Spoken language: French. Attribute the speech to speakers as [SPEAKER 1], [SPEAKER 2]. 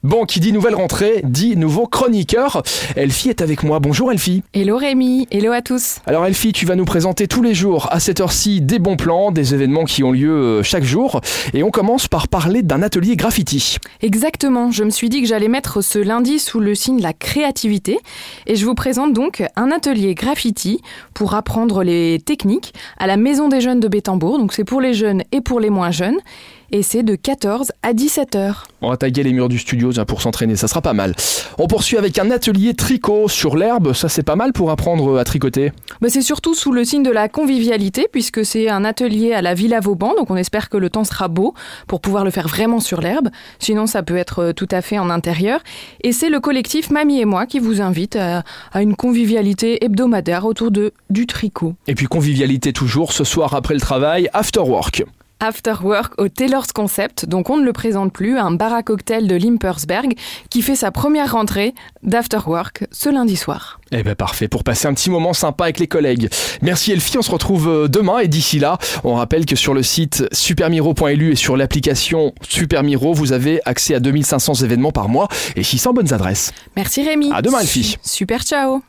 [SPEAKER 1] Bon, qui dit nouvelle rentrée, dit nouveau chroniqueur. Elfie est avec moi. Bonjour Elfie.
[SPEAKER 2] Hello Rémi, hello à tous.
[SPEAKER 1] Alors Elfie, tu vas nous présenter tous les jours à cette heure-ci des bons plans, des événements qui ont lieu chaque jour. Et on commence par parler d'un atelier graffiti.
[SPEAKER 2] Exactement, je me suis dit que j'allais mettre ce lundi sous le signe de la créativité. Et je vous présente donc un atelier graffiti pour apprendre les techniques à la Maison des Jeunes de Bétambourg. Donc c'est pour les jeunes et pour les moins jeunes. Et c'est de 14 à 17 heures.
[SPEAKER 1] On va taguer les murs du studio pour s'entraîner, ça sera pas mal. On poursuit avec un atelier tricot sur l'herbe, ça c'est pas mal pour apprendre à tricoter.
[SPEAKER 2] C'est surtout sous le signe de la convivialité puisque c'est un atelier à la Villa Vauban, donc on espère que le temps sera beau pour pouvoir le faire vraiment sur l'herbe. Sinon ça peut être tout à fait en intérieur. Et c'est le collectif Mamie et moi qui vous invite à une convivialité hebdomadaire autour du tricot.
[SPEAKER 1] Et puis convivialité toujours, ce soir après le travail, after work.
[SPEAKER 2] After Work au Taylor's Concept, donc on ne le présente plus, un bar à cocktail de Limpersberg qui fait sa première rentrée d'After Work ce lundi soir.
[SPEAKER 1] Eh ben parfait, pour passer un petit moment sympa avec les collègues. Merci Elfie, on se retrouve demain et d'ici là, on rappelle que sur le site supermiro.lu et sur l'application Supermiro, vous avez accès à 2500 événements par mois et 600 bonnes adresses.
[SPEAKER 2] Merci Rémi.
[SPEAKER 1] À demain Elfie.
[SPEAKER 2] Super, ciao.